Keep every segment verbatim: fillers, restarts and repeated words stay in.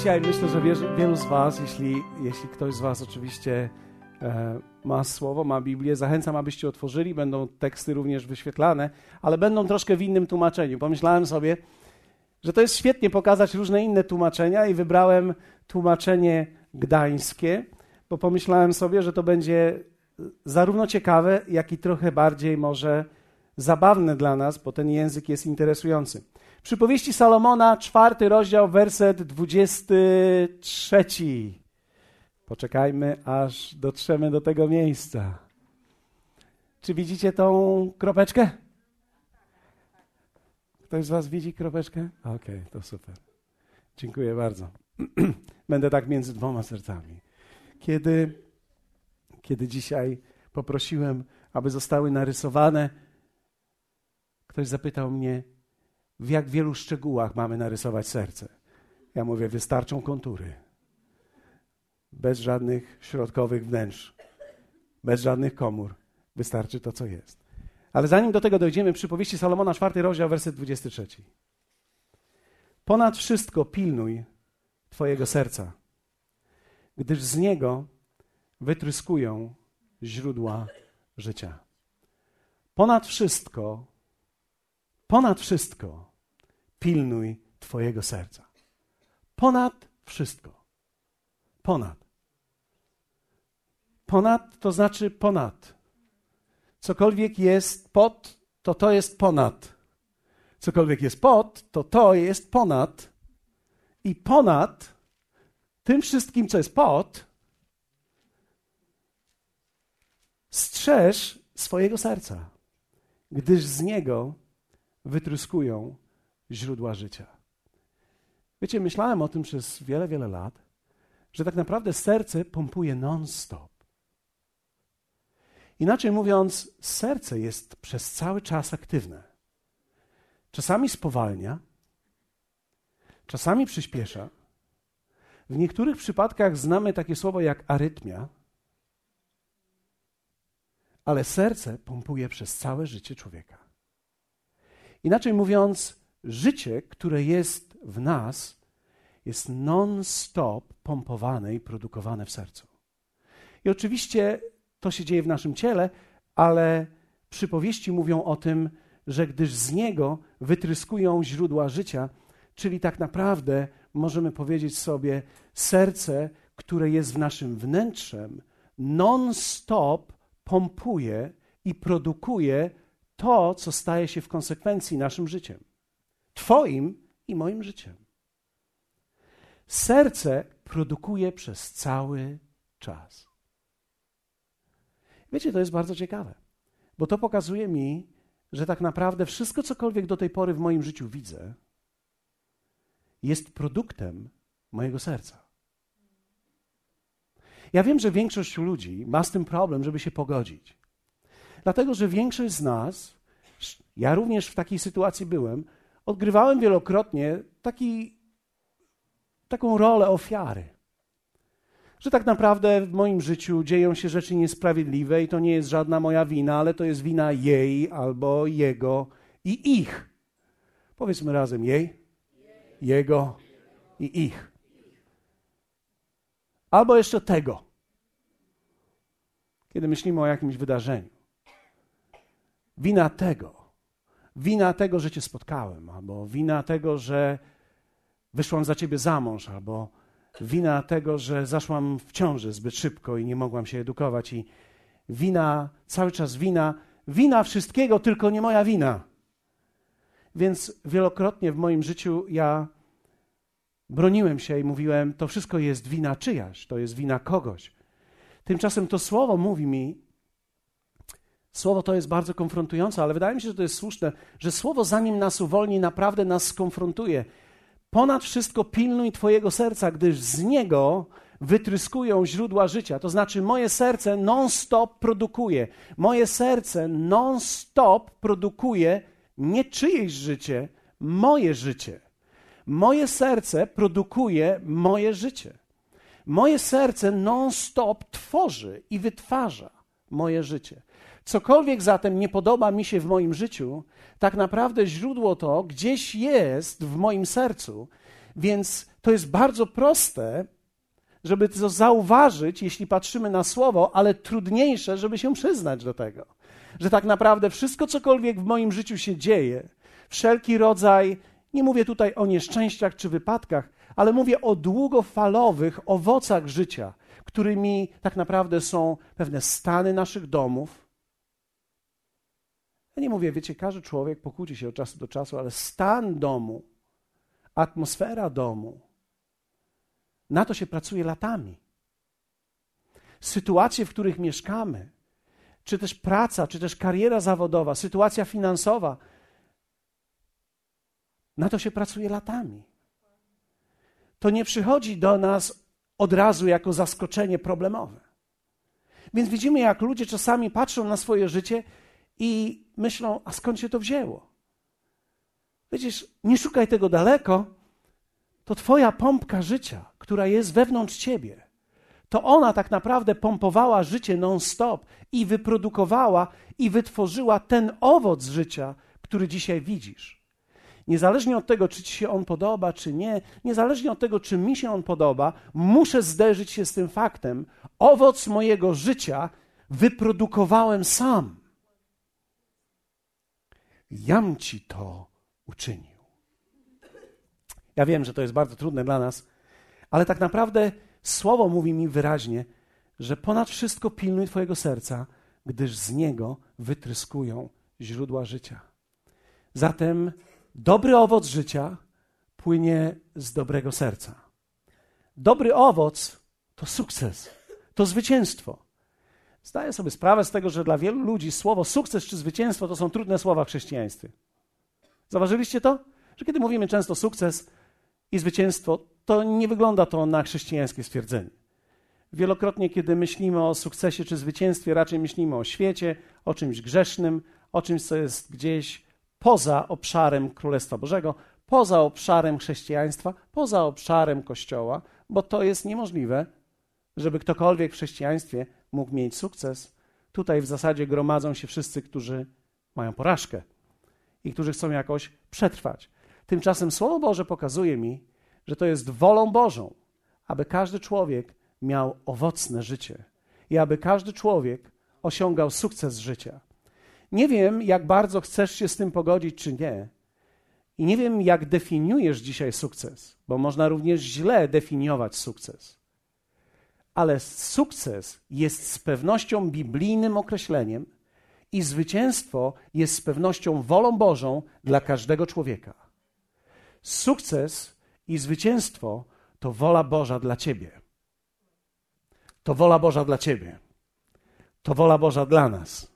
Dzisiaj myślę, że wielu, wielu z was, jeśli, jeśli ktoś z was oczywiście e, ma słowo, ma Biblię, zachęcam, abyście otworzyli, będą teksty również wyświetlane, ale będą troszkę w innym tłumaczeniu. Pomyślałem sobie, że to jest świetnie pokazać różne inne tłumaczenia i wybrałem tłumaczenie gdańskie, bo pomyślałem sobie, że to będzie zarówno ciekawe, jak i trochę bardziej może zabawne dla nas, bo ten język jest interesujący. Przypowieści Salomona, czwarty rozdział, werset dwudziesty trzeci. Poczekajmy, aż dotrzemy do tego miejsca. Czy widzicie tą kropeczkę? Ktoś z was widzi kropeczkę? Okej, okay, to super. Dziękuję bardzo. Będę tak między dwoma sercami. Kiedy, kiedy dzisiaj poprosiłem, aby zostały narysowane, ktoś zapytał mnie, w jak wielu szczegółach mamy narysować serce. Ja mówię, wystarczą kontury. Bez żadnych środkowych wnętrz. Bez żadnych komór. Wystarczy to, co jest. Ale zanim do tego dojdziemy, przypowieści Salomona, czwarty rozdział, werset dwudziesty trzeci. Ponad wszystko pilnuj twojego serca, gdyż z niego wytryskują źródła życia. Ponad wszystko, ponad wszystko pilnuj twojego serca. Ponad wszystko. Ponad. Ponad to znaczy ponad. Cokolwiek jest pod, to to jest ponad. Cokolwiek jest pod, to to jest ponad. I ponad tym wszystkim, co jest pod, strzeż swojego serca, gdyż z niego wytryskują źródła życia. Wiecie, myślałem o tym przez wiele, wiele lat, że tak naprawdę serce pompuje non-stop. Inaczej mówiąc, serce jest przez cały czas aktywne. Czasami spowalnia, czasami przyspiesza. W niektórych przypadkach znamy takie słowo jak arytmia, ale serce pompuje przez całe życie człowieka. Inaczej mówiąc, życie, które jest w nas, jest non-stop pompowane i produkowane w sercu. I oczywiście to się dzieje w naszym ciele, ale przypowieści mówią o tym, że gdyż z niego wytryskują źródła życia, czyli tak naprawdę możemy powiedzieć sobie, serce, które jest w naszym wnętrzem, non-stop pompuje i produkuje to, co staje się w konsekwencji naszym życiem. Twoim i moim życiem. Serce produkuje przez cały czas. Wiecie, to jest bardzo ciekawe, bo to pokazuje mi, że tak naprawdę wszystko, cokolwiek do tej pory w moim życiu widzę, jest produktem mojego serca. Ja wiem, że większość ludzi ma z tym problem, żeby się pogodzić. Dlatego, że większość z nas, ja również w takiej sytuacji byłem, odgrywałem wielokrotnie taki, taką rolę ofiary. Że tak naprawdę w moim życiu dzieją się rzeczy niesprawiedliwe i to nie jest żadna moja wina, ale to jest wina jej albo jego i ich. Powiedzmy razem, jej, jego i ich. Albo jeszcze tego, kiedy myślimy o jakimś wydarzeniu. Wina tego, wina tego, że cię spotkałem, albo wina tego, że wyszłam za ciebie za mąż, albo wina tego, że zaszłam w ciąży zbyt szybko i nie mogłam się edukować, i wina, cały czas wina, wina wszystkiego, tylko nie moja wina. Więc wielokrotnie w moim życiu ja broniłem się i mówiłem, to wszystko jest wina czyjaś, to jest wina kogoś. Tymczasem to słowo mówi mi, słowo to jest bardzo konfrontujące, ale wydaje mi się, że to jest słuszne, że słowo zanim nas uwolni, naprawdę nas skonfrontuje. Ponad wszystko pilnuj twojego serca, gdyż z niego wytryskują źródła życia. To znaczy moje serce non-stop produkuje. Moje serce non-stop produkuje nie czyjeś życie, moje życie. Moje serce produkuje moje życie. Moje serce non-stop tworzy i wytwarza moje życie. Cokolwiek zatem nie podoba mi się w moim życiu, tak naprawdę źródło to gdzieś jest w moim sercu, Więc to jest bardzo proste, żeby to zauważyć, jeśli patrzymy na słowo, ale trudniejsze, żeby się przyznać do tego, że tak naprawdę wszystko, cokolwiek w moim życiu się dzieje, wszelki rodzaj, nie mówię tutaj o nieszczęściach czy wypadkach, ale mówię o długofalowych owocach życia, którymi tak naprawdę są pewne stany naszych domów. Ja nie mówię, wiecie, każdy człowiek pokłóci się od czasu do czasu, ale stan domu, atmosfera domu, na to się pracuje latami. Sytuacje, w których mieszkamy, czy też praca, czy też kariera zawodowa, sytuacja finansowa, na to się pracuje latami. To nie przychodzi do nas od razu jako zaskoczenie problemowe. Więc widzimy, jak ludzie czasami patrzą na swoje życie i myślą, a skąd się to wzięło? Widzisz, nie szukaj tego daleko, to twoja pompka życia, która jest wewnątrz ciebie, to ona tak naprawdę pompowała życie non-stop i wyprodukowała i wytworzyła ten owoc życia, który dzisiaj widzisz. Niezależnie od tego, czy ci się on podoba, czy nie, niezależnie od tego, czy mi się on podoba, muszę zderzyć się z tym faktem. Owoc mojego życia wyprodukowałem sam. Jam ci to uczynił. Ja wiem, że to jest bardzo trudne dla nas, ale tak naprawdę Słowo mówi mi wyraźnie, że ponad wszystko pilnuj twojego serca, gdyż z niego wytryskują źródła życia. Zatem dobry owoc życia płynie z dobrego serca. Dobry owoc to sukces, to zwycięstwo. Zdaję sobie sprawę z tego, że dla wielu ludzi słowo sukces czy zwycięstwo to są trudne słowa w chrześcijaństwie. Zauważyliście to? Że kiedy mówimy często sukces i zwycięstwo, to nie wygląda to na chrześcijańskie stwierdzenie. Wielokrotnie, kiedy myślimy o sukcesie czy zwycięstwie, raczej myślimy o świecie, o czymś grzesznym, o czymś, co jest gdzieś poza obszarem Królestwa Bożego, poza obszarem chrześcijaństwa, poza obszarem Kościoła, bo to jest niemożliwe, żeby ktokolwiek w chrześcijaństwie mógł mieć sukces. Tutaj w zasadzie gromadzą się wszyscy, którzy mają porażkę i którzy chcą jakoś przetrwać. Tymczasem Słowo Boże pokazuje mi, że to jest wolą Bożą, aby każdy człowiek miał owocne życie i aby każdy człowiek osiągał sukces życia. Nie wiem, jak bardzo chcesz się z tym pogodzić, czy nie. I nie wiem, jak definiujesz dzisiaj sukces, bo można również źle definiować sukces. Ale sukces jest z pewnością biblijnym określeniem i zwycięstwo jest z pewnością wolą Bożą dla każdego człowieka. Sukces i zwycięstwo to wola Boża dla ciebie. To wola Boża dla ciebie. To wola Boża dla nas.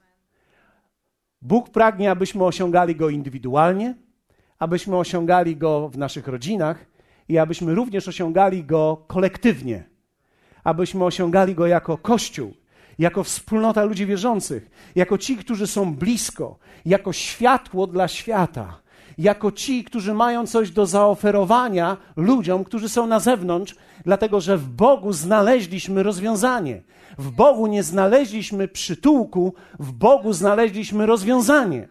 Bóg pragnie, abyśmy osiągali Go indywidualnie, abyśmy osiągali Go w naszych rodzinach i abyśmy również osiągali Go kolektywnie. Abyśmy osiągali Go jako Kościół, jako wspólnota ludzi wierzących, jako ci, którzy są blisko, jako światło dla świata, jako ci, którzy mają coś do zaoferowania ludziom, którzy są na zewnątrz, dlatego że w Bogu znaleźliśmy rozwiązanie. W Bogu nie znaleźliśmy przytułku, w Bogu znaleźliśmy rozwiązanie.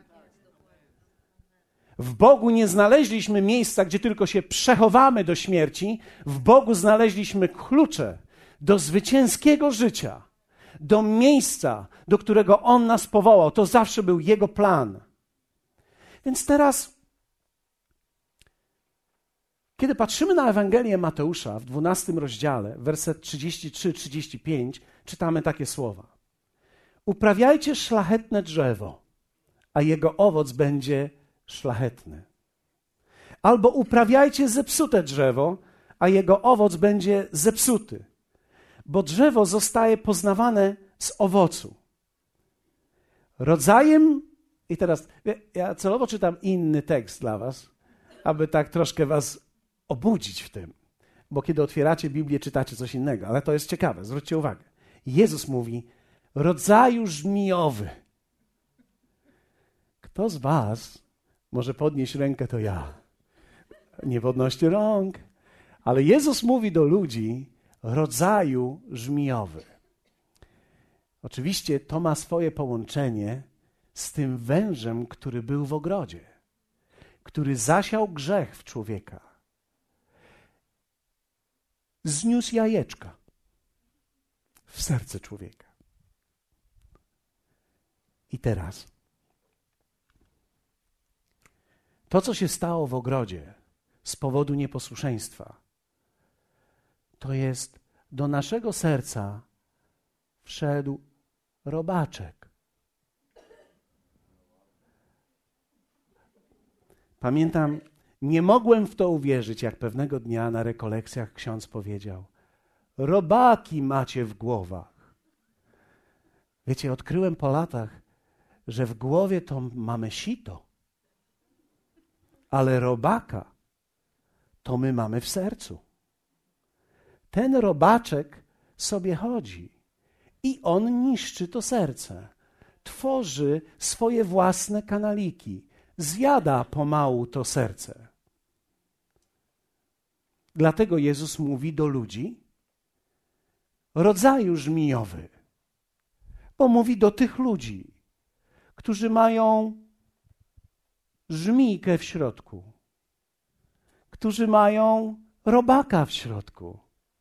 W Bogu nie znaleźliśmy miejsca, gdzie tylko się przechowamy do śmierci, w Bogu znaleźliśmy klucze do zwycięskiego życia, do miejsca, do którego On nas powołał. To zawsze był Jego plan. Więc teraz, kiedy patrzymy na Ewangelię Mateusza w dwunastym rozdziale, werset trzydziesty trzeci trzydziesty piąty, czytamy takie słowa. Uprawiajcie szlachetne drzewo, a jego owoc będzie szlachetny. Albo uprawiajcie zepsute drzewo, a jego owoc będzie zepsuty. Bo drzewo zostaje poznawane z owocu. Rodzajem, i teraz ja celowo czytam inny tekst dla was, aby tak troszkę was obudzić w tym. Bo kiedy otwieracie Biblię, czytacie coś innego, ale to jest ciekawe, zwróćcie uwagę. Jezus mówi, rodzaju żmijowy. Kto z was może podnieść rękę, to ja. Nie podnoście rąk. Ale Jezus mówi do ludzi, rodzaju żmijowy. Oczywiście to ma swoje połączenie z tym wężem, który był w ogrodzie, który zasiał grzech w człowieka. zniósł jajeczka w serce człowieka. I teraz to, co się stało w ogrodzie z powodu nieposłuszeństwa, to jest do naszego serca wszedł robaczek. Pamiętam, nie mogłem w to uwierzyć, jak pewnego dnia na rekolekcjach ksiądz powiedział: robaki macie w głowach. Wiecie, odkryłem po latach, że w głowie to mamy sito, ale robaka to my mamy w sercu. Ten robaczek sobie chodzi i on niszczy to serce. Tworzy swoje własne kanaliki. Zjada pomału to serce. Dlatego Jezus mówi do ludzi rodzaju żmijowy, bo mówi do tych ludzi, którzy mają żmijkę w środku, którzy mają robaka w środku.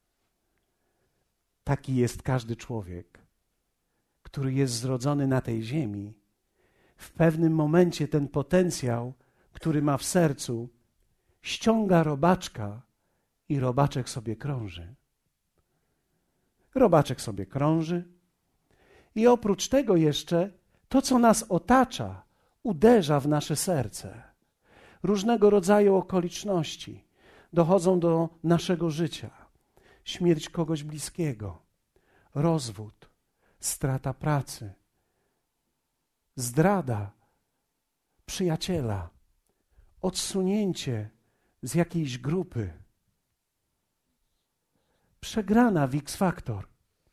Taki jest każdy człowiek, który jest zrodzony na tej ziemi. W pewnym momencie ten potencjał, który ma w sercu, ściąga robaczka i robaczek sobie krąży. Robaczek sobie krąży i oprócz tego jeszcze to, co nas otacza, uderza w nasze serce. Różnego rodzaju okoliczności dochodzą do naszego życia. Śmierć kogoś bliskiego, rozwód, strata pracy, zdrada przyjaciela, odsunięcie z jakiejś grupy, przegrana w X-Factor.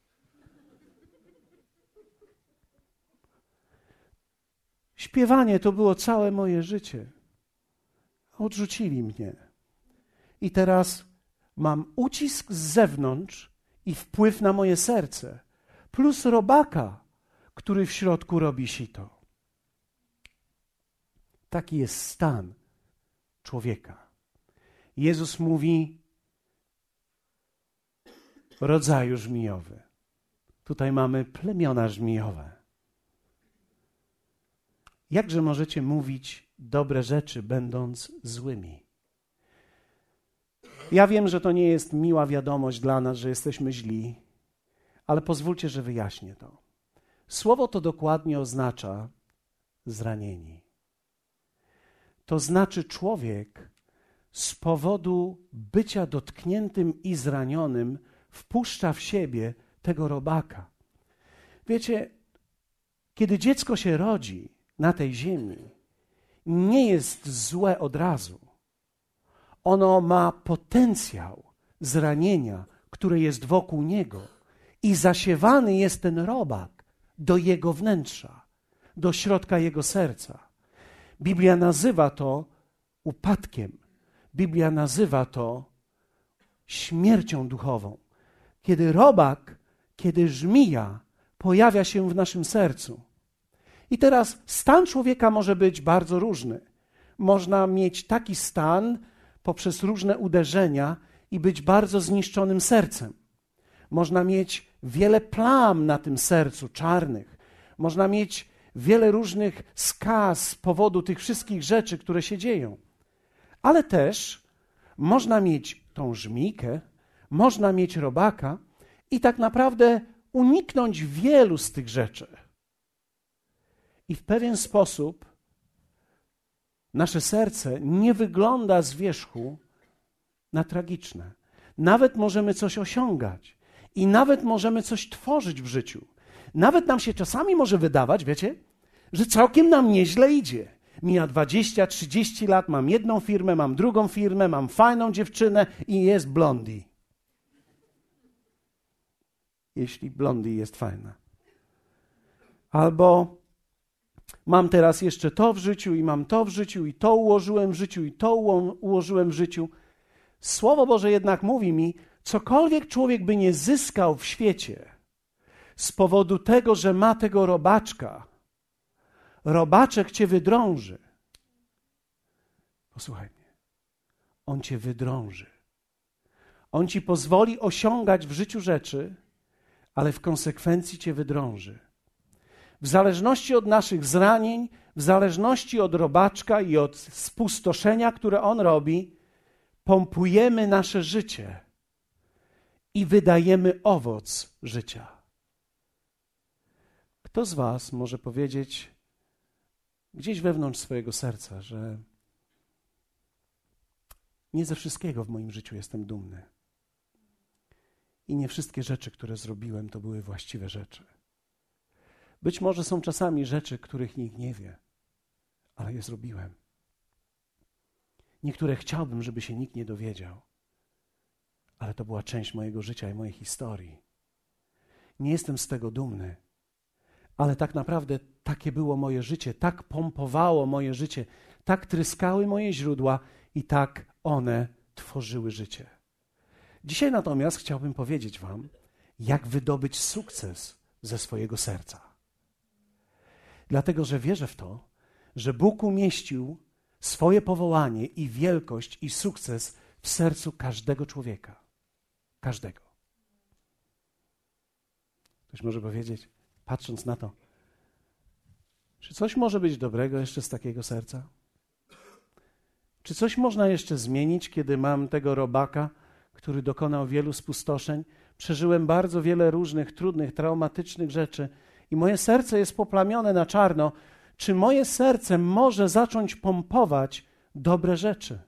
Śpiewanie to było całe moje życie. Odrzucili mnie. I teraz mam ucisk z zewnątrz i wpływ na moje serce, plus robaka, który w środku robi sito. Taki jest stan człowieka. Jezus mówi rodzaju żmijowy. Tutaj mamy plemiona żmijowe. Jakże możecie mówić dobre rzeczy, będąc złymi? Ja wiem, że to nie jest miła wiadomość dla nas, że jesteśmy źli, ale pozwólcie, że wyjaśnię to. Słowo to dokładnie oznacza zranieni. To znaczy człowiek z powodu bycia dotkniętym i zranionym wpuszcza w siebie tego robaka. Wiecie, kiedy dziecko się rodzi na tej ziemi, nie jest złe od razu. Ono ma potencjał zranienia, które jest wokół niego i zasiewany jest ten robak do jego wnętrza, do środka jego serca. Biblia nazywa to upadkiem. Biblia nazywa to śmiercią duchową. Kiedy robak, kiedy żmija pojawia się w naszym sercu. I teraz stan człowieka może być bardzo różny. Można mieć taki stan poprzez różne uderzenia i być bardzo zniszczonym sercem. Można mieć wiele plam na tym sercu, czarnych. Można mieć wiele różnych skaz z powodu tych wszystkich rzeczy, które się dzieją. Ale też można mieć tą żmijkę, można mieć robaka i tak naprawdę uniknąć wielu z tych rzeczy. I w pewien sposób nasze serce nie wygląda z wierzchu na tragiczne. Nawet możemy coś osiągać i nawet możemy coś tworzyć w życiu. Nawet nam się czasami może wydawać, wiecie, że całkiem nam nieźle idzie. Mija dwadzieścia, trzydzieści lat, mam jedną firmę, mam drugą firmę, mam fajną dziewczynę i jest Blondie. Jeśli Blondie jest fajna. Albo mam teraz jeszcze to w życiu i mam to w życiu i to ułożyłem w życiu i to ułożyłem w życiu. Słowo Boże jednak mówi mi, cokolwiek człowiek by nie zyskał w świecie z powodu tego, że ma tego robaczka, robaczek cię wydrąży. Posłuchaj mnie. On cię wydrąży. On ci pozwoli osiągać w życiu rzeczy, ale w konsekwencji cię wydrąży. W zależności od naszych zranień, w zależności od robaczka i od spustoszenia, które on robi, pompujemy nasze życie i wydajemy owoc życia. Kto z was może powiedzieć gdzieś wewnątrz swojego serca, że nie ze wszystkiego w moim życiu jestem dumny i nie wszystkie rzeczy, które zrobiłem, to były właściwe rzeczy. Być może są czasami rzeczy, których nikt nie wie, ale je zrobiłem. Niektóre chciałbym, żeby się nikt nie dowiedział, ale to była część mojego życia i mojej historii. Nie jestem z tego dumny, ale tak naprawdę takie było moje życie, tak pompowało moje życie, tak tryskały moje źródła i tak one tworzyły życie. Dzisiaj natomiast chciałbym powiedzieć wam, jak wydobyć sukces ze swojego serca. Dlatego, że wierzę w to, że Bóg umieścił swoje powołanie i wielkość i sukces w sercu każdego człowieka. Każdego. Ktoś może powiedzieć, patrząc na to, czy coś może być dobrego jeszcze z takiego serca? Czy coś można jeszcze zmienić, kiedy mam tego robaka, który dokonał wielu spustoszeń? Przeżyłem bardzo wiele różnych, trudnych, traumatycznych rzeczy i moje serce jest poplamione na czarno. Czy moje serce może zacząć pompować dobre rzeczy?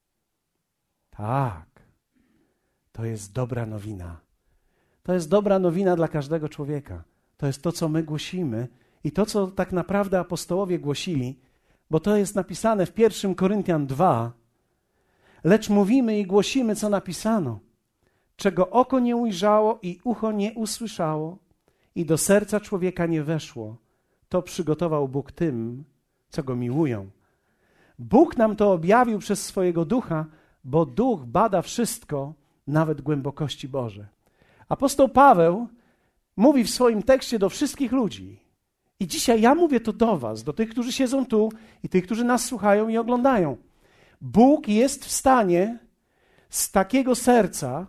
Tak. To jest dobra nowina. To jest dobra nowina dla każdego człowieka. To jest to, co my głosimy i to, co tak naprawdę apostołowie głosili, bo to jest napisane w pierwszym Koryntian dwa. Lecz mówimy i głosimy, co napisano, czego oko nie ujrzało i ucho nie usłyszało i do serca człowieka nie weszło. To przygotował Bóg tym, co Go miłują. Bóg nam to objawił przez swojego Ducha, bo Duch bada wszystko, nawet głębokości Boże. Apostoł Paweł mówi w swoim tekście do wszystkich ludzi. I dzisiaj ja mówię to do was, do tych, którzy siedzą tu i tych, którzy nas słuchają i oglądają. Bóg jest w stanie z takiego serca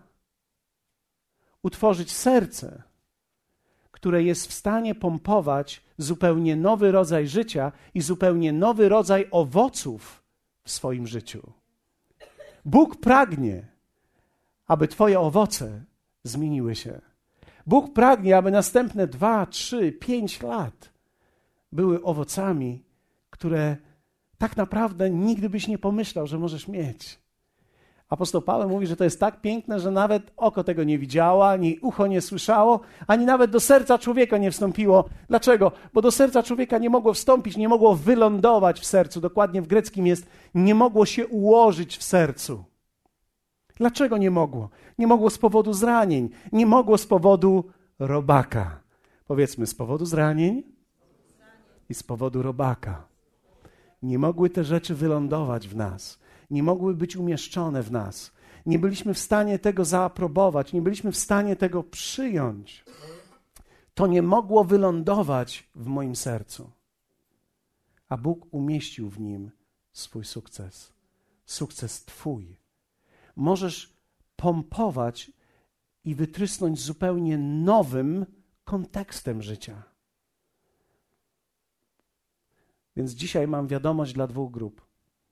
utworzyć serce, które jest w stanie pompować zupełnie nowy rodzaj życia i zupełnie nowy rodzaj owoców w swoim życiu. Bóg pragnie, aby twoje owoce zmieniły się. Bóg pragnie, aby następne dwa, trzy, pięć lat były owocami, które tak naprawdę nigdy byś nie pomyślał, że możesz mieć. Apostoł Paweł mówi, że to jest tak piękne, że nawet oko tego nie widziało, ani ucho nie słyszało, ani nawet do serca człowieka nie wstąpiło. Dlaczego? Bo do serca człowieka nie mogło wstąpić, nie mogło wylądować w sercu. Dokładnie w greckim jest, nie mogło się ułożyć w sercu. Dlaczego nie mogło? Nie mogło z powodu zranień, nie mogło z powodu robaka. Powiedzmy, z powodu zranień i z powodu robaka. Nie mogły te rzeczy wylądować w nas. Nie mogły być umieszczone w nas. Nie byliśmy w stanie tego zaaprobować, nie byliśmy w stanie tego przyjąć. To nie mogło wylądować w moim sercu. A Bóg umieścił w nim swój sukces. Sukces twój. Możesz pompować i wytrysnąć zupełnie nowym kontekstem życia. Więc dzisiaj mam wiadomość dla dwóch grup.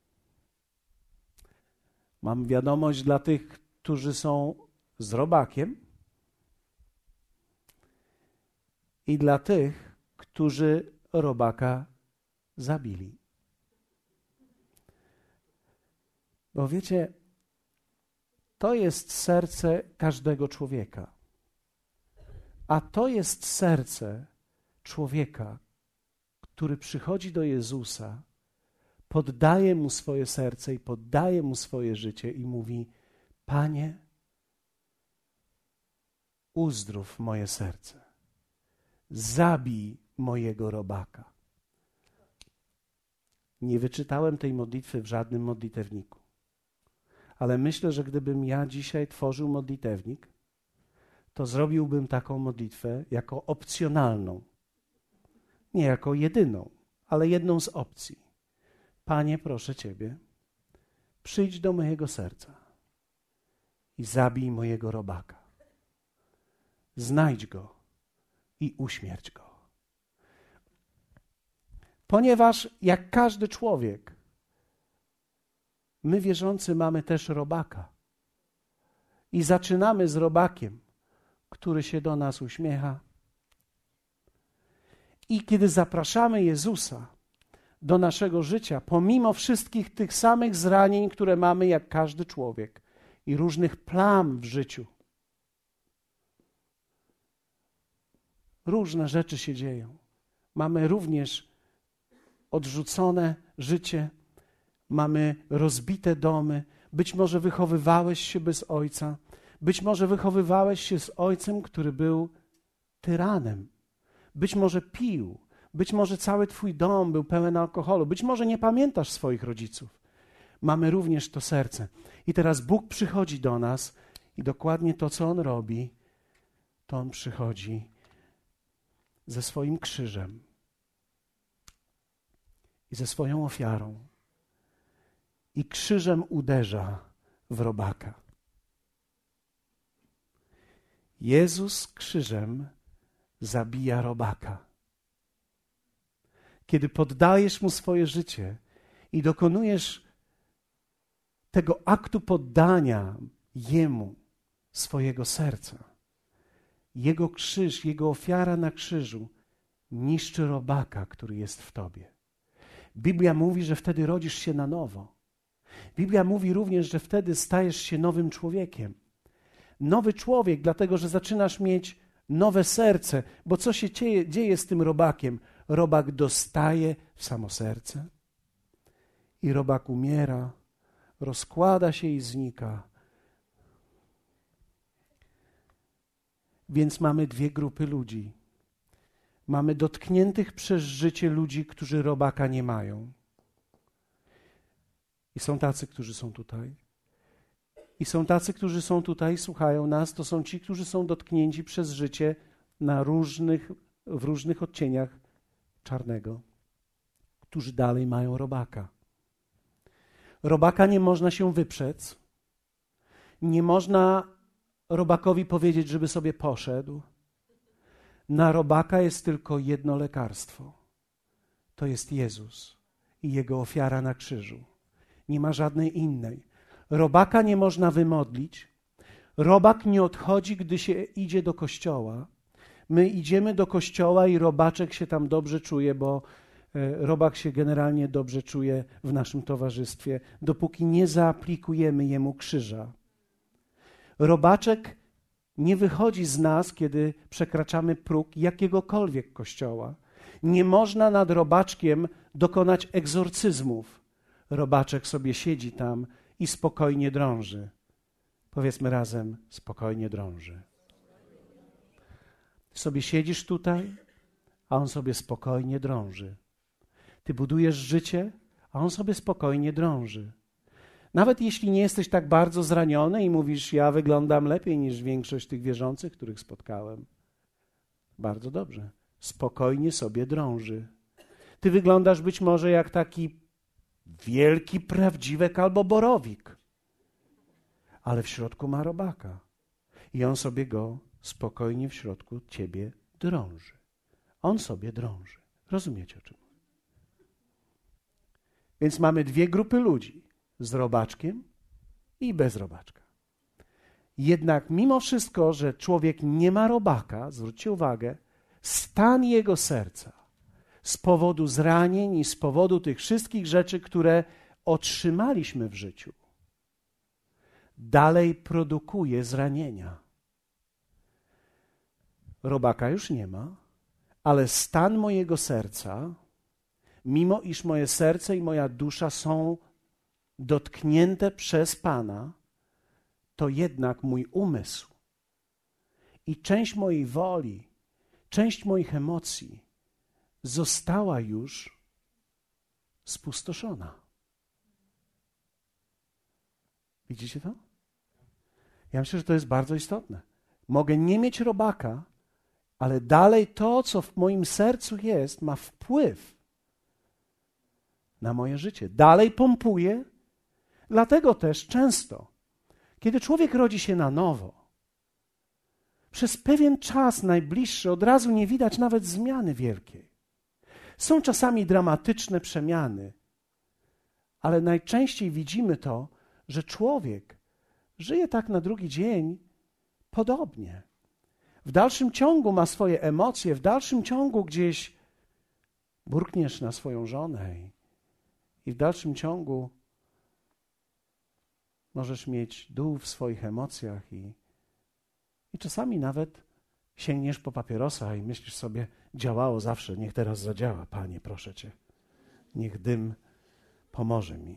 Mam wiadomość dla tych, którzy są z robakiem i dla tych, którzy robaka zabili. Bo wiecie, to jest serce każdego człowieka. A to jest serce człowieka, który przychodzi do Jezusa, poddaje Mu swoje serce i poddaje Mu swoje życie i mówi: Panie, uzdrów moje serce, zabij mojego robaka. Nie wyczytałem tej modlitwy w żadnym modlitewniku, ale myślę, że gdybym ja dzisiaj tworzył modlitewnik, to zrobiłbym taką modlitwę jako opcjonalną. Nie jako jedyną, ale jedną z opcji. Panie, proszę Ciebie, przyjdź do mojego serca i zabij mojego robaka. Znajdź go i uśmierć go. Ponieważ jak każdy człowiek, my wierzący mamy też robaka. I zaczynamy z robakiem, który się do nas uśmiecha. I kiedy zapraszamy Jezusa do naszego życia, pomimo wszystkich tych samych zranień, które mamy jak każdy człowiek i różnych plam w życiu, różne rzeczy się dzieją. Mamy również odrzucone życie, mamy rozbite domy. Być może wychowywałeś się bez ojca, być może wychowywałeś się z ojcem, który był tyranem. Być może pił, być może cały twój dom był pełen alkoholu, być może nie pamiętasz swoich rodziców. Mamy również to serce. I teraz Bóg przychodzi do nas i dokładnie to, co On robi, to On przychodzi ze swoim krzyżem i ze swoją ofiarą i krzyżem uderza w robaka. Jezus krzyżem zabija robaka. Kiedy poddajesz Mu swoje życie i dokonujesz tego aktu poddania Jemu swojego serca, Jego krzyż, Jego ofiara na krzyżu niszczy robaka, który jest w tobie. Biblia mówi, że wtedy rodzisz się na nowo. Biblia mówi również, że wtedy stajesz się nowym człowiekiem. Nowy człowiek, dlatego że zaczynasz mieć nowe serce, bo co się dzieje, dzieje z tym robakiem? Robak dostaje w samo serce i robak umiera, rozkłada się i znika. Więc mamy dwie grupy ludzi. Mamy dotkniętych przez życie ludzi, którzy robaka nie mają. I są tacy, którzy są tutaj. I są tacy, którzy są tutaj, słuchają nas. To są ci, którzy są dotknięci przez życie na różnych, w różnych odcieniach czarnego, którzy dalej mają robaka. Robaka nie można się wyprzec. Nie można robakowi powiedzieć, żeby sobie poszedł. Na robaka jest tylko jedno lekarstwo. To jest Jezus i Jego ofiara na krzyżu. Nie ma żadnej innej. Robaka nie można wymodlić. Robak nie odchodzi, gdy się idzie do kościoła. My idziemy do kościoła i robaczek się tam dobrze czuje, bo robak się generalnie dobrze czuje w naszym towarzystwie, dopóki nie zaaplikujemy jemu krzyża. Robaczek nie wychodzi z nas, kiedy przekraczamy próg jakiegokolwiek kościoła. Nie można nad robaczkiem dokonać egzorcyzmów. Robaczek sobie siedzi tam i spokojnie drąży. Powiedzmy razem, spokojnie drąży. Ty sobie siedzisz tutaj, a on sobie spokojnie drąży. Ty budujesz życie, a on sobie spokojnie drąży. Nawet jeśli nie jesteś tak bardzo zraniony i mówisz, ja wyglądam lepiej niż większość tych wierzących, których spotkałem. Bardzo dobrze. Spokojnie sobie drąży. Ty wyglądasz być może jak taki wielki prawdziwek albo borowik, ale w środku ma robaka. I on sobie go spokojnie w środku ciebie drąży. On sobie drąży. Rozumiecie, o czym mówię? Więc mamy dwie grupy ludzi. Z robaczkiem i bez robaczka. Jednak mimo wszystko, że człowiek nie ma robaka, zwróćcie uwagę, stan jego serca z powodu zranień i z powodu tych wszystkich rzeczy, które otrzymaliśmy w życiu, dalej produkuje zranienia. Robaka już nie ma, ale stan mojego serca, mimo iż moje serce i moja dusza są dotknięte przez Pana, to jednak mój umysł i część mojej woli, część moich emocji została już spustoszona. Widzicie to? Ja myślę, że to jest bardzo istotne. Mogę nie mieć robaka, ale dalej to, co w moim sercu jest, ma wpływ na moje życie. Dalej pompuje. Dlatego też często, Kiedy człowiek rodzi się na nowo, przez pewien czas najbliższy od razu nie widać nawet zmiany wielkiej. Są czasami dramatyczne przemiany, ale najczęściej widzimy to, że człowiek żyje tak na drugi dzień podobnie. W dalszym ciągu ma swoje emocje, w dalszym ciągu gdzieś burkniesz na swoją żonę i, i w dalszym ciągu możesz mieć dół w swoich emocjach i, i czasami nawet sięgniesz po papierosa i myślisz sobie, działało zawsze, niech teraz zadziała, Panie, proszę Cię. Niech dym pomoże mi.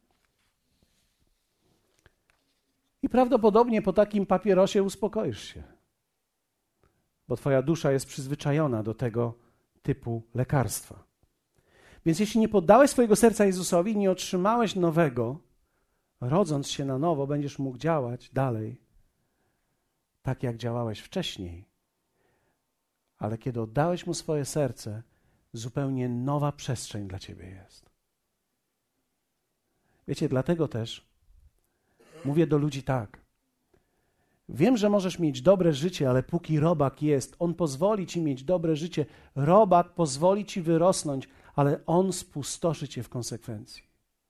I prawdopodobnie po takim papierosie uspokoisz się, bo twoja dusza jest przyzwyczajona do tego typu lekarstwa. Więc jeśli nie poddałeś swojego serca Jezusowi, nie otrzymałeś nowego, rodząc się na nowo, będziesz mógł działać dalej tak, jak działałeś wcześniej. Ale kiedy oddałeś Mu swoje serce, zupełnie nowa przestrzeń dla ciebie jest. Wiecie, dlatego też mówię do ludzi tak. Wiem, że możesz mieć dobre życie, ale póki robak jest, on pozwoli ci mieć dobre życie. Robak pozwoli ci wyrosnąć, ale on spustoszy cię w konsekwencji.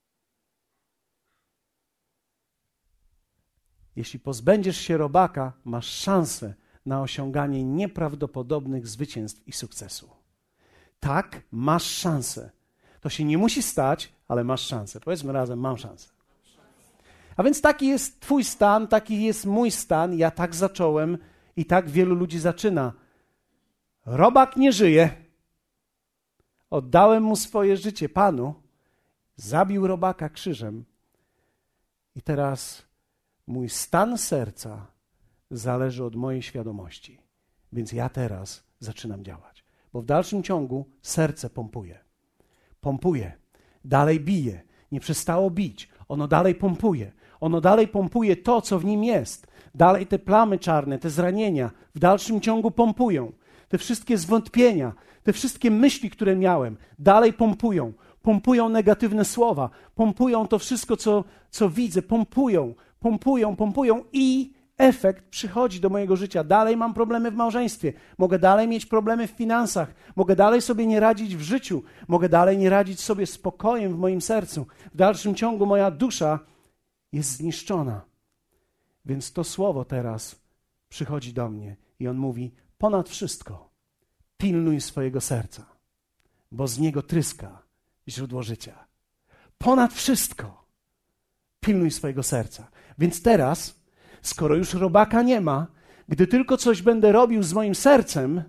Jeśli pozbędziesz się robaka, masz szansę na osiąganie nieprawdopodobnych zwycięstw i sukcesu. Tak, masz szansę. To się nie musi stać, ale masz szansę. Powiedzmy razem, mam szansę. A więc taki jest twój stan, taki jest mój stan. Ja tak zacząłem i tak wielu ludzi zaczyna. Robak nie żyje. Oddałem mu swoje życie Panu. Zabił robaka krzyżem. I teraz mój stan serca zależy od mojej świadomości. Więc ja teraz zaczynam działać. Bo w dalszym ciągu serce pompuje. Pompuje. Dalej bije. Nie przestało bić. Ono dalej pompuje. Ono dalej pompuje to, co w nim jest. Dalej te plamy czarne, te zranienia w dalszym ciągu pompują. Te wszystkie zwątpienia, te wszystkie myśli, które miałem, dalej pompują. Pompują negatywne słowa. Pompują to wszystko, co, co widzę. Pompują, pompują, pompują i efekt przychodzi do mojego życia. Dalej mam problemy w małżeństwie. Mogę dalej mieć problemy w finansach. Mogę dalej sobie nie radzić w życiu. Mogę dalej nie radzić sobie spokojem w moim sercu. W dalszym ciągu moja dusza jest zniszczona. Więc to słowo teraz przychodzi do mnie i on mówi, ponad wszystko pilnuj swojego serca, bo z niego tryska źródło życia. Ponad wszystko pilnuj swojego serca. Więc teraz, skoro już robaka nie ma, gdy tylko coś będę robił z moim sercem,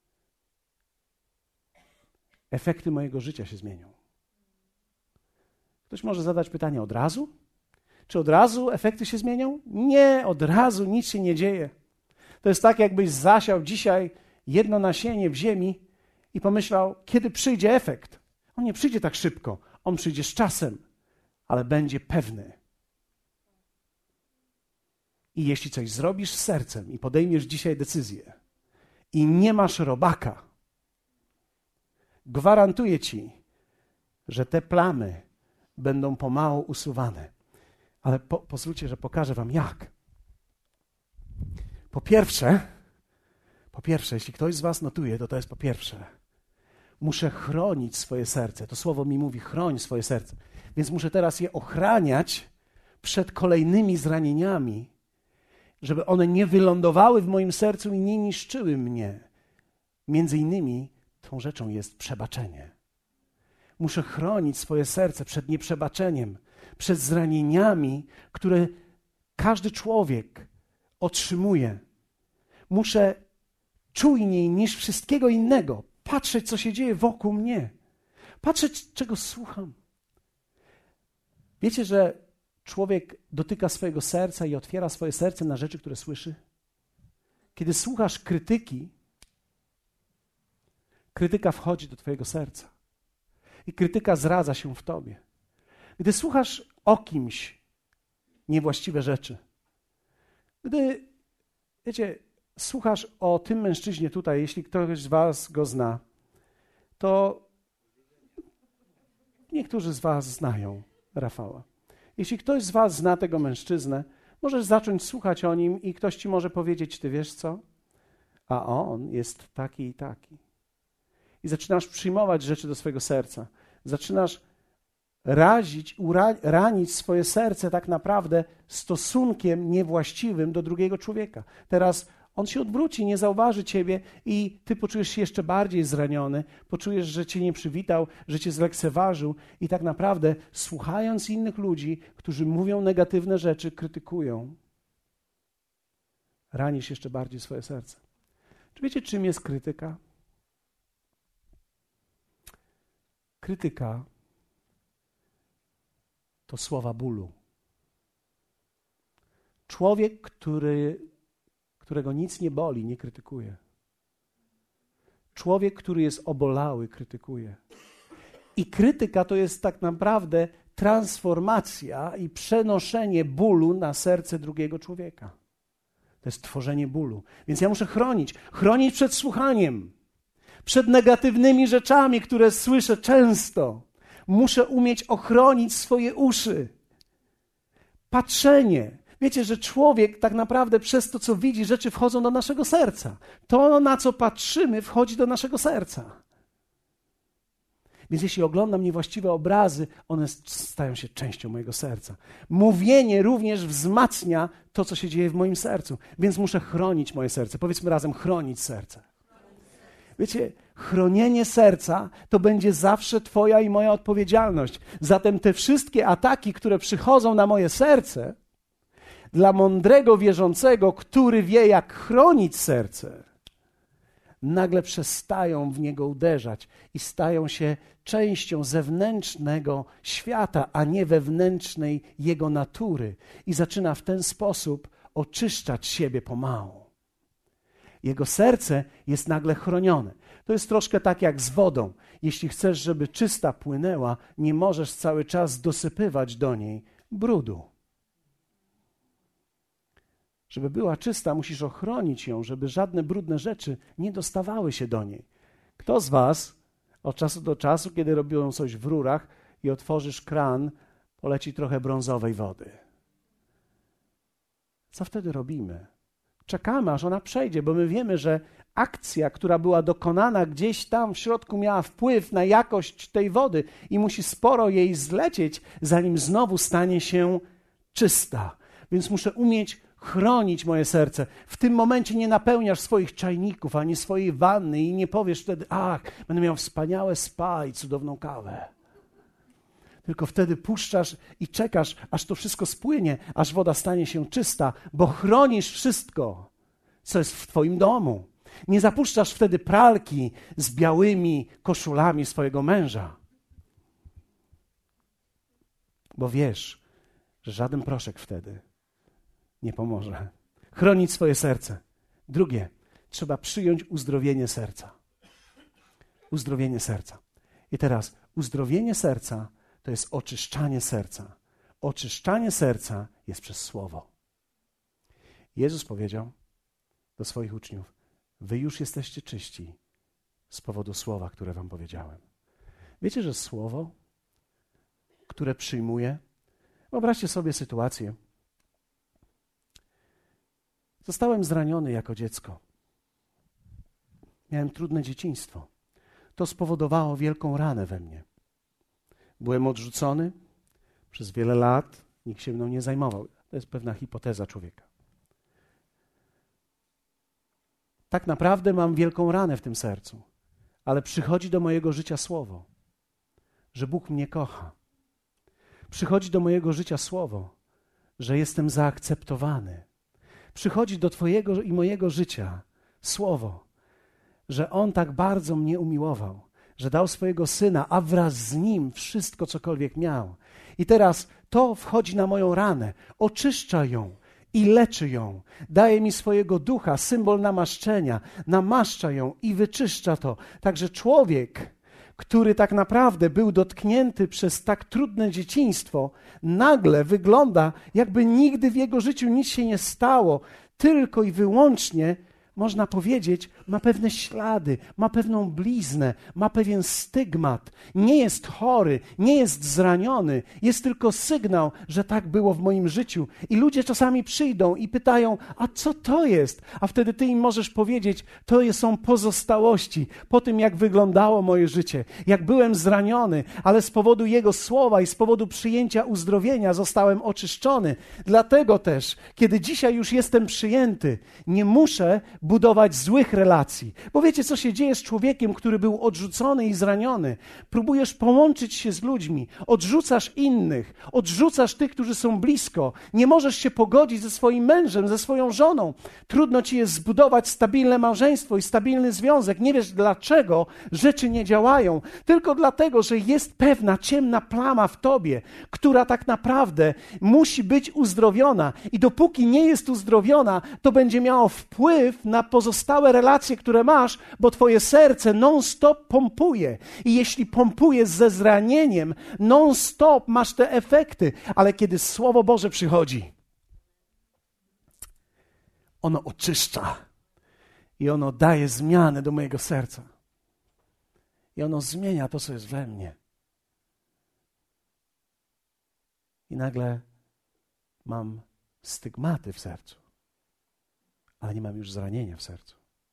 efekty mojego życia się zmienią. Ktoś może zadać pytanie od razu? Czy od razu efekty się zmienią? Nie, od razu nic się nie dzieje. To jest tak, jakbyś zasiał dzisiaj jedno nasienie w ziemi i pomyślał, kiedy przyjdzie efekt. On nie przyjdzie tak szybko, on przyjdzie z czasem, ale będzie pewny. I jeśli coś zrobisz z sercem i podejmiesz dzisiaj decyzję i nie masz robaka, gwarantuję ci, że te plamy będą pomału usuwane. Ale po, pozwólcie, że pokażę wam jak. Po pierwsze, po pierwsze, jeśli ktoś z was notuje, to to jest po pierwsze. Muszę chronić swoje serce. To słowo mi mówi, chroń swoje serce. Więc muszę teraz je ochraniać przed kolejnymi zranieniami, żeby one nie wylądowały w moim sercu i nie niszczyły mnie. Między innymi tą rzeczą jest przebaczenie. Muszę chronić swoje serce przed nieprzebaczeniem, przed zranieniami, które każdy człowiek otrzymuje. Muszę czujniej niż wszystkiego innego patrzeć, co się dzieje wokół mnie. Patrzeć, czego słucham. Wiecie, że człowiek dotyka swojego serca i otwiera swoje serce na rzeczy, które słyszy? Kiedy słuchasz krytyki, krytyka wchodzi do twojego serca. I krytyka zradza się w tobie. Gdy słuchasz o kimś niewłaściwe rzeczy, gdy, wiecie, słuchasz o tym mężczyźnie tutaj, jeśli ktoś z was go zna, to niektórzy z was znają Rafała. Jeśli ktoś z was zna tego mężczyznę, Możesz zacząć słuchać o nim i ktoś ci może powiedzieć, ty wiesz co? A on jest taki i taki. I zaczynasz przyjmować rzeczy do swojego serca. Zaczynasz razić, ura, ranić swoje serce tak naprawdę stosunkiem niewłaściwym do drugiego człowieka. Teraz on się odwróci, nie zauważy ciebie i ty poczujesz się jeszcze bardziej zraniony, poczujesz, że cię nie przywitał, że cię zlekceważył i tak naprawdę słuchając innych ludzi, którzy mówią negatywne rzeczy, krytykują, ranisz jeszcze bardziej swoje serce. Czy wiecie, czym jest krytyka? Krytyka to słowa bólu. Człowiek, który, którego nic nie boli, nie krytykuje. Człowiek, który jest obolały, krytykuje. I krytyka to jest tak naprawdę transformacja i przenoszenie bólu na serce drugiego człowieka. To jest tworzenie bólu. Więc ja muszę chronić. Chronić przed słuchaniem. Przed negatywnymi rzeczami, które słyszę często. Muszę umieć ochronić swoje uszy. Patrzenie. Wiecie, że człowiek tak naprawdę przez to, co widzi, rzeczy wchodzą do naszego serca. To, na co patrzymy, wchodzi do naszego serca. Więc jeśli oglądam niewłaściwe obrazy, one stają się częścią mojego serca. Mówienie również wzmacnia to, co się dzieje w moim sercu. Więc muszę chronić moje serce. Powiedzmy razem, chronić serce. Wiecie, chronienie serca to będzie zawsze twoja i moja odpowiedzialność. Zatem te wszystkie ataki, które przychodzą na moje serce, dla mądrego wierzącego, który wie, jak chronić serce, nagle przestają w niego uderzać i stają się częścią zewnętrznego świata, a nie wewnętrznej jego natury. I zaczyna w ten sposób oczyszczać siebie pomału. Jego serce jest nagle chronione. To jest troszkę tak jak z wodą. Jeśli chcesz, żeby czysta płynęła, nie możesz cały czas dosypywać do niej brudu. Żeby była czysta, musisz ochronić ją, żeby żadne brudne rzeczy nie dostawały się do niej. Kto z was od czasu do czasu, kiedy robią coś w rurach i otworzysz kran, poleci trochę brązowej wody? Co wtedy robimy? Czekamy, aż ona przejdzie, bo my wiemy, że akcja, która była dokonana gdzieś tam w środku, miała wpływ na jakość tej wody i musi sporo jej zlecieć, zanim znowu stanie się czysta. Więc muszę umieć chronić moje serce. W tym momencie nie napełniasz swoich czajników, ani swojej wanny i nie powiesz wtedy, ach, będę miał wspaniałe spa i cudowną kawę. Tylko wtedy puszczasz i czekasz, aż to wszystko spłynie, aż woda stanie się czysta, bo chronisz wszystko, co jest w twoim domu. Nie zapuszczasz wtedy pralki z białymi koszulami swojego męża, bo wiesz, że żaden proszek wtedy nie pomoże. Chronić swoje serce. Drugie, trzeba przyjąć uzdrowienie serca. Uzdrowienie serca. I teraz uzdrowienie serca to jest oczyszczanie serca. Oczyszczanie serca jest przez słowo. Jezus powiedział do swoich uczniów, wy już jesteście czyści z powodu słowa, które wam powiedziałem. Wiecie, że słowo, które przyjmuję, wyobraźcie sobie sytuację. Zostałem zraniony jako dziecko. Miałem trudne dzieciństwo. To spowodowało wielką ranę we mnie. Byłem odrzucony przez wiele lat, nikt się mną nie zajmował. To jest pewna hipoteza człowieka. Tak naprawdę mam wielką ranę w tym sercu, ale przychodzi do mojego życia słowo, że Bóg mnie kocha. Przychodzi do mojego życia słowo, że jestem zaakceptowany. Przychodzi do twojego i mojego życia słowo, że On tak bardzo mnie umiłował, że dał swojego Syna, a wraz z Nim wszystko, cokolwiek miał. I teraz to wchodzi na moją ranę, oczyszcza ją i leczy ją. Daje mi swojego ducha, symbol namaszczenia, namaszcza ją i wyczyszcza to. Także człowiek, który tak naprawdę był dotknięty przez tak trudne dzieciństwo, nagle wygląda, jakby nigdy w jego życiu nic się nie stało, tylko i wyłącznie można powiedzieć, ma pewne ślady, ma pewną bliznę, ma pewien stygmat. Nie jest chory, nie jest zraniony, jest tylko sygnał, że tak było w moim życiu. I ludzie czasami przyjdą i pytają, a co to jest? A wtedy ty im możesz powiedzieć, to są pozostałości po tym, jak wyglądało moje życie, jak byłem zraniony, ale z powodu Jego słowa i z powodu przyjęcia uzdrowienia zostałem oczyszczony. Dlatego też, kiedy dzisiaj już jestem przyjęty, nie muszę budować złych relacji. Bo wiecie, co się dzieje z człowiekiem, który był odrzucony i zraniony? Próbujesz połączyć się z ludźmi, odrzucasz innych, odrzucasz tych, którzy są blisko. Nie możesz się pogodzić ze swoim mężem, ze swoją żoną. Trudno ci jest zbudować stabilne małżeństwo i stabilny związek. Nie wiesz, dlaczego rzeczy nie działają. Tylko dlatego, że jest pewna ciemna plama w tobie, która tak naprawdę musi być uzdrowiona. I dopóki nie jest uzdrowiona, to będzie miało wpływ na pozostałe relacje, które masz, bo twoje serce non-stop pompuje. I jeśli pompuje ze zranieniem, non-stop masz te efekty. Ale kiedy Słowo Boże przychodzi, ono oczyszcza i ono daje zmianę do mojego serca. I ono zmienia to, co jest we mnie. I nagle mam stygmaty w sercu, ale nie mam już zranienia w sercu.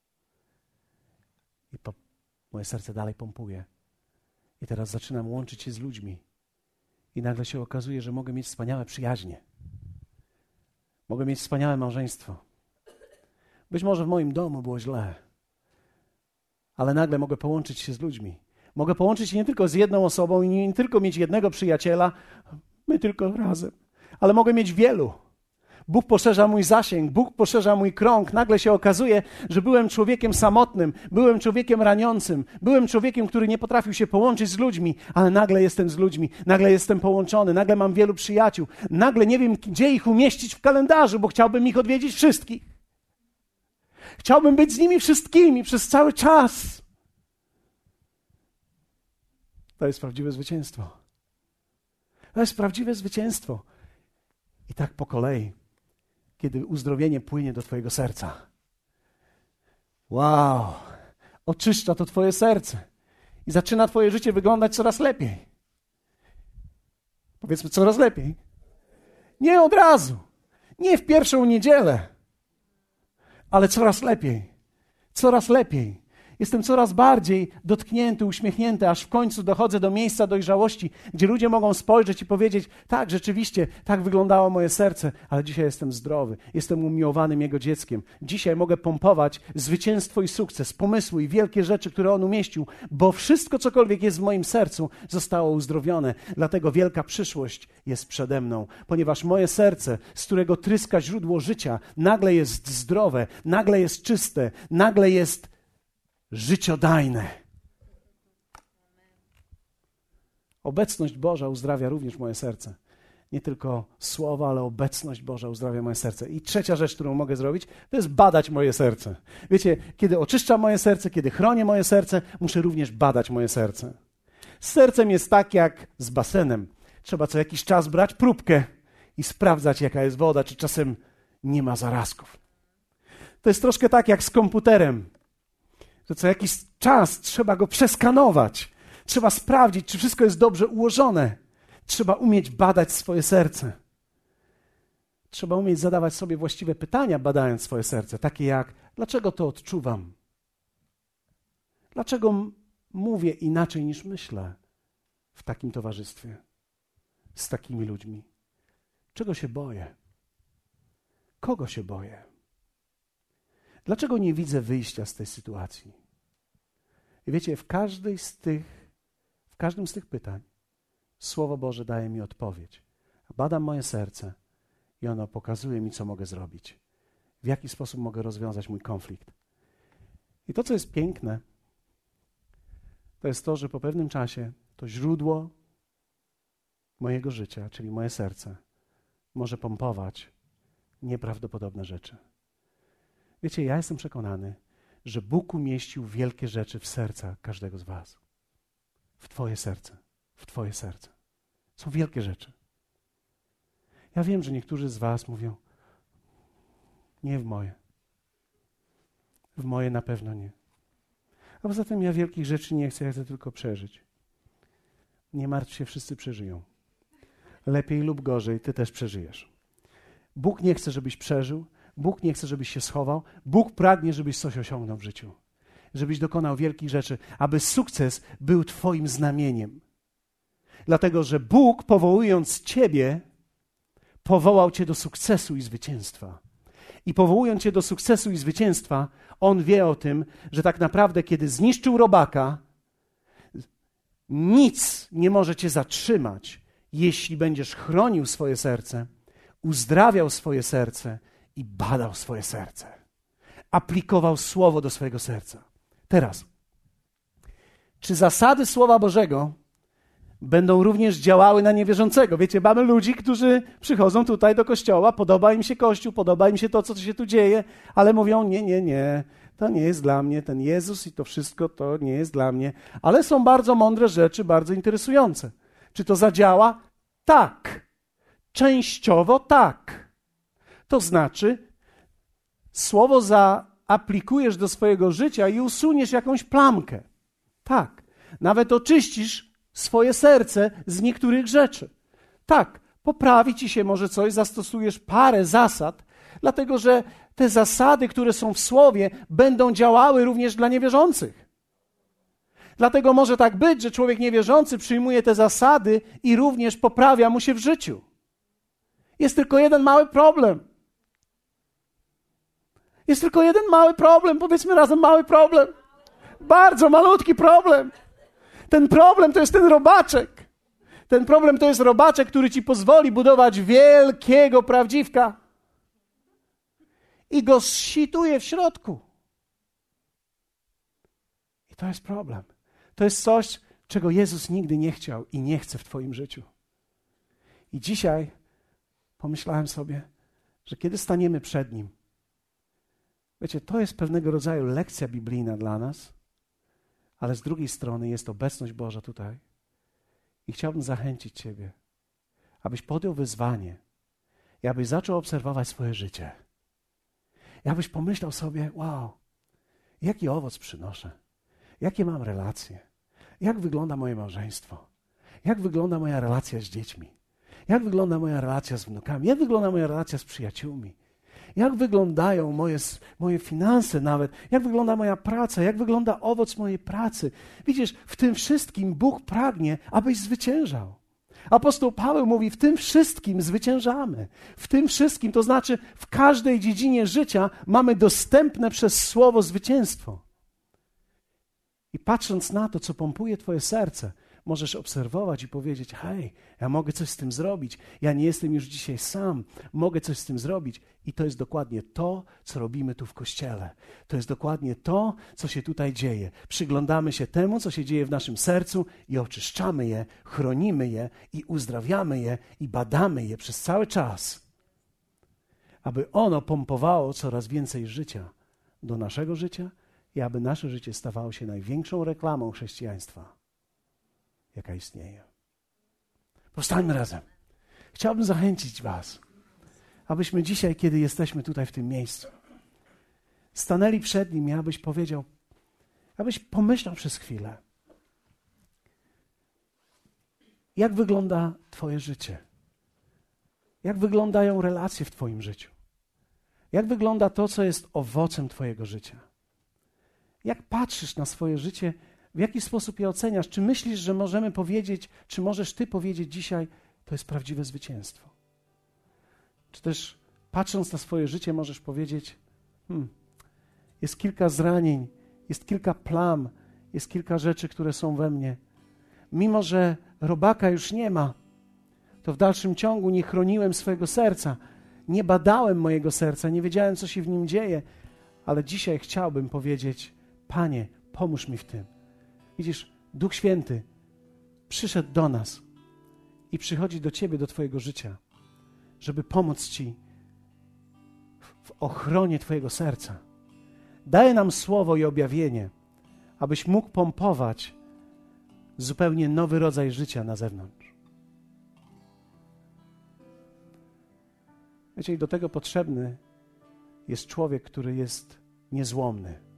I po, moje serce dalej pompuje. I teraz zaczynam łączyć się z ludźmi. I nagle się okazuje, że mogę mieć wspaniałe przyjaźnie. Mogę mieć wspaniałe małżeństwo. Być może w moim domu było źle, ale nagle mogę połączyć się z ludźmi. Mogę połączyć się nie tylko z jedną osobą i nie tylko mieć jednego przyjaciela, my tylko razem, ale mogę mieć wielu. Bóg poszerza mój zasięg, Bóg poszerza mój krąg. Nagle się okazuje, że byłem człowiekiem samotnym, byłem człowiekiem raniącym, byłem człowiekiem, który nie potrafił się połączyć z ludźmi, ale nagle jestem z ludźmi, nagle jestem połączony, nagle mam wielu przyjaciół, nagle nie wiem, gdzie ich umieścić w kalendarzu, bo chciałbym ich odwiedzić wszystkich. Chciałbym być z nimi wszystkimi przez cały czas. To jest prawdziwe zwycięstwo. To jest prawdziwe zwycięstwo. I tak po kolei, kiedy uzdrowienie płynie do twojego serca. Wow! Oczyszcza to twoje serce. I zaczyna twoje życie wyglądać coraz lepiej. Powiedzmy, coraz lepiej. Nie od razu. Nie w pierwszą niedzielę. Ale coraz lepiej. Coraz lepiej. Jestem coraz bardziej dotknięty, uśmiechnięty, aż w końcu dochodzę do miejsca dojrzałości, gdzie ludzie mogą spojrzeć i powiedzieć, tak, rzeczywiście, tak wyglądało moje serce, ale dzisiaj jestem zdrowy, jestem umiłowanym Jego dzieckiem. Dzisiaj mogę pompować zwycięstwo i sukces, pomysły i wielkie rzeczy, które On umieścił, bo wszystko, cokolwiek jest w moim sercu, zostało uzdrowione. Dlatego wielka przyszłość jest przede mną, ponieważ moje serce, z którego tryska źródło życia, nagle jest zdrowe, nagle jest czyste, nagle jest życiodajne. Obecność Boża uzdrawia również moje serce. Nie tylko słowa, ale obecność Boża uzdrawia moje serce. I trzecia rzecz, którą mogę zrobić, to jest badać moje serce. Wiecie, kiedy oczyszczam moje serce, kiedy chronię moje serce, muszę również badać moje serce. Z sercem jest tak jak z basenem. Trzeba co jakiś czas brać próbkę i sprawdzać, jaka jest woda, czy czasem nie ma zarazków. To jest troszkę tak jak z komputerem. Że co jakiś czas trzeba go przeskanować. Trzeba sprawdzić, czy wszystko jest dobrze ułożone. Trzeba umieć badać swoje serce. Trzeba umieć zadawać sobie właściwe pytania, badając swoje serce. Takie jak, dlaczego to odczuwam? Dlaczego m- mówię inaczej niż myślę w takim towarzystwie? Z takimi ludźmi? Czego się boję? Kogo się boję? Dlaczego nie widzę wyjścia z tej sytuacji? I wiecie, w każdej z tych, w każdym z tych pytań Słowo Boże daje mi odpowiedź. Badam moje serce i ono pokazuje mi, co mogę zrobić. W jaki sposób mogę rozwiązać mój konflikt. I to, co jest piękne, to jest to, że po pewnym czasie to źródło mojego życia, czyli moje serce, może pompować nieprawdopodobne rzeczy. Wiecie, ja jestem przekonany, że Bóg umieścił wielkie rzeczy w serca każdego z was. W twoje serce. W twoje serce. Są wielkie rzeczy. Ja wiem, że niektórzy z was mówią, nie w moje. W moje na pewno nie. A poza tym ja wielkich rzeczy nie chcę, ja chcę tylko przeżyć. Nie martw się, wszyscy przeżyją. Lepiej lub gorzej, ty też przeżyjesz. Bóg nie chce, żebyś przeżył. Bóg nie chce, żebyś się schował. Bóg pragnie, żebyś coś osiągnął w życiu. Żebyś dokonał wielkich rzeczy, aby sukces był twoim znamieniem. Dlatego, że Bóg, powołując ciebie, powołał cię do sukcesu i zwycięstwa. I powołując cię do sukcesu i zwycięstwa, On wie o tym, że tak naprawdę, kiedy zniszczył robaka, nic nie może cię zatrzymać, jeśli będziesz chronił swoje serce, uzdrawiał swoje serce i badał swoje serce. Aplikował Słowo do swojego serca. Teraz, czy zasady Słowa Bożego będą również działały na niewierzącego? Wiecie, mamy ludzi, którzy przychodzą tutaj do kościoła, podoba im się Kościół, podoba im się to, co się tu dzieje, ale mówią, nie, nie, nie, to nie jest dla mnie, ten Jezus i to wszystko to nie jest dla mnie. Ale są bardzo mądre rzeczy, bardzo interesujące. Czy to zadziała? Tak. Częściowo tak. To znaczy, Słowo zaaplikujesz do swojego życia i usuniesz jakąś plamkę. Tak. Nawet oczyścisz swoje serce z niektórych rzeczy. Tak, poprawi ci się może coś, zastosujesz parę zasad, dlatego że te zasady, które są w Słowie, będą działały również dla niewierzących. Dlatego może tak być, że człowiek niewierzący przyjmuje te zasady i również poprawia mu się w życiu. Jest tylko jeden mały problem. Jest tylko jeden mały problem, powiedzmy razem mały problem. Bardzo malutki problem. Ten problem to jest ten robaczek. Ten problem to jest robaczek, który ci pozwoli budować wielkiego prawdziwka i go zsituje w środku. I to jest problem. To jest coś, czego Jezus nigdy nie chciał i nie chce w twoim życiu. I dzisiaj pomyślałem sobie, że kiedy staniemy przed Nim, wiecie, to jest pewnego rodzaju lekcja biblijna dla nas, ale z drugiej strony jest obecność Boża tutaj. I chciałbym zachęcić Ciebie, abyś podjął wyzwanie i abyś zaczął obserwować swoje życie. I abyś pomyślał sobie, wow, jaki owoc przynoszę, jakie mam relacje, jak wygląda moje małżeństwo, jak wygląda moja relacja z dziećmi, jak wygląda moja relacja z wnukami, jak wygląda moja relacja z przyjaciółmi, jak wyglądają moje, moje finanse nawet, jak wygląda moja praca, jak wygląda owoc mojej pracy. Widzisz, w tym wszystkim Bóg pragnie, abyś zwyciężał. Apostoł Paweł mówi, w tym wszystkim zwyciężamy. W tym wszystkim, to znaczy w każdej dziedzinie życia mamy dostępne przez Słowo zwycięstwo. I patrząc na to, co pompuje twoje serce, możesz obserwować i powiedzieć, hej, ja mogę coś z tym zrobić. Ja nie jestem już dzisiaj sam. Mogę coś z tym zrobić. I to jest dokładnie to, co robimy tu w Kościele. To jest dokładnie to, co się tutaj dzieje. Przyglądamy się temu, co się dzieje w naszym sercu i oczyszczamy je, chronimy je i uzdrawiamy je i badamy je przez cały czas, aby ono pompowało coraz więcej życia do naszego życia i aby nasze życie stawało się największą reklamą chrześcijaństwa, jaka istnieje. Powstańmy razem. Chciałbym zachęcić was, abyśmy dzisiaj, kiedy jesteśmy tutaj w tym miejscu, stanęli przed Nim i abyś powiedział, abyś pomyślał przez chwilę, jak wygląda twoje życie, jak wyglądają relacje w twoim życiu, jak wygląda to, co jest owocem twojego życia, jak patrzysz na swoje życie, w jaki sposób je oceniasz? Czy myślisz, że możemy powiedzieć, czy możesz ty powiedzieć dzisiaj, to jest prawdziwe zwycięstwo? Czy też patrząc na swoje życie możesz powiedzieć, hmm, jest kilka zranień, jest kilka plam, jest kilka rzeczy, które są we mnie. Mimo że robaka już nie ma, to w dalszym ciągu nie chroniłem swojego serca, nie badałem mojego serca, nie wiedziałem, co się w nim dzieje, ale dzisiaj chciałbym powiedzieć, Panie, pomóż mi w tym. Widzisz, Duch Święty przyszedł do nas i przychodzi do ciebie, do twojego życia, żeby pomóc ci w ochronie twojego serca. Daje nam słowo i objawienie, abyś mógł pompować zupełnie nowy rodzaj życia na zewnątrz. Wiecie, i do tego potrzebny jest człowiek, który jest niezłomny.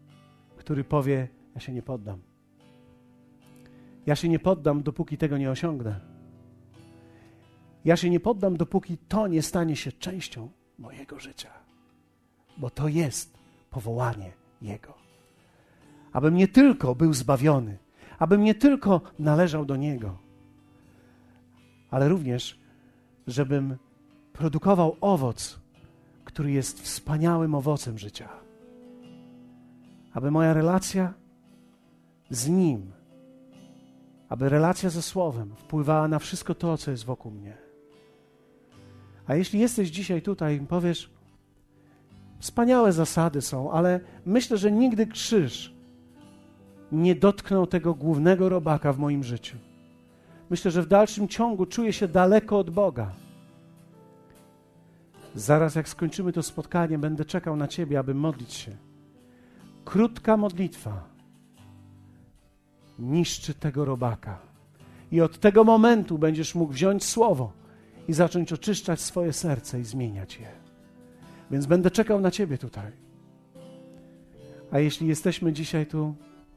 który powie, ja się nie poddam. Ja się nie poddam, dopóki tego nie osiągnę. Ja się nie poddam, dopóki to nie stanie się częścią mojego życia. Bo to jest powołanie Jego. Abym nie tylko był zbawiony, abym nie tylko należał do Niego, ale również, żebym produkował owoc, który jest wspaniałym owocem życia. Aby moja relacja z Nim, aby relacja ze Słowem wpływała na wszystko to, co jest wokół mnie. A jeśli jesteś dzisiaj tutaj i powiesz, wspaniałe zasady są, ale myślę, że nigdy krzyż nie dotknął tego głównego robaka w moim życiu. Myślę, że w dalszym ciągu czuję się daleko od Boga. Zaraz jak skończymy to spotkanie, będę czekał na Ciebie, aby modlić się. Krótka modlitwa niszczy tego robaka. I od tego momentu będziesz mógł wziąć słowo i zacząć oczyszczać swoje serce i zmieniać je. Więc będę czekał na Ciebie tutaj. A jeśli jesteśmy dzisiaj tu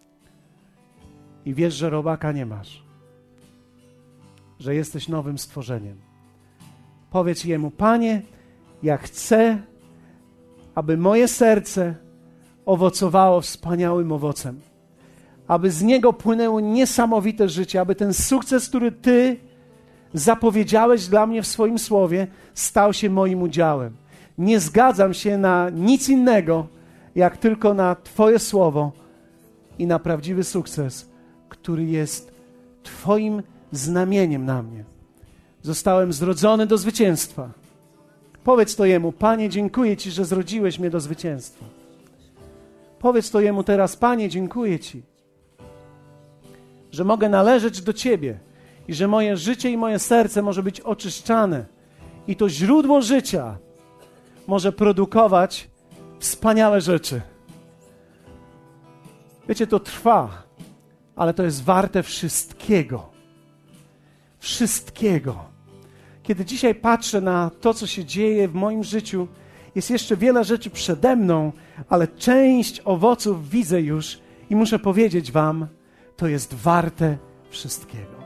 i wiesz, że robaka nie masz, że jesteś nowym stworzeniem, powiedz Jemu, Panie, ja chcę, aby moje serce owocowało wspaniałym owocem, aby z niego płynęło niesamowite życie, aby ten sukces, który Ty zapowiedziałeś dla mnie w swoim słowie, stał się moim udziałem. Nie zgadzam się na nic innego, jak tylko na Twoje słowo i na prawdziwy sukces, który jest Twoim znamieniem na mnie. Zostałem zrodzony do zwycięstwa. Powiedz to Jemu, Panie, dziękuję Ci, że zrodziłeś mnie do zwycięstwa. Powiedz to Jemu teraz, Panie, dziękuję Ci, że mogę należeć do Ciebie i że moje życie i moje serce może być oczyszczane i to źródło życia może produkować wspaniałe rzeczy. Wiecie, to trwa, ale to jest warte wszystkiego. Wszystkiego. Kiedy dzisiaj patrzę na to, co się dzieje w moim życiu, jest jeszcze wiele rzeczy przede mną, ale część owoców widzę już i muszę powiedzieć wam, to jest warte wszystkiego.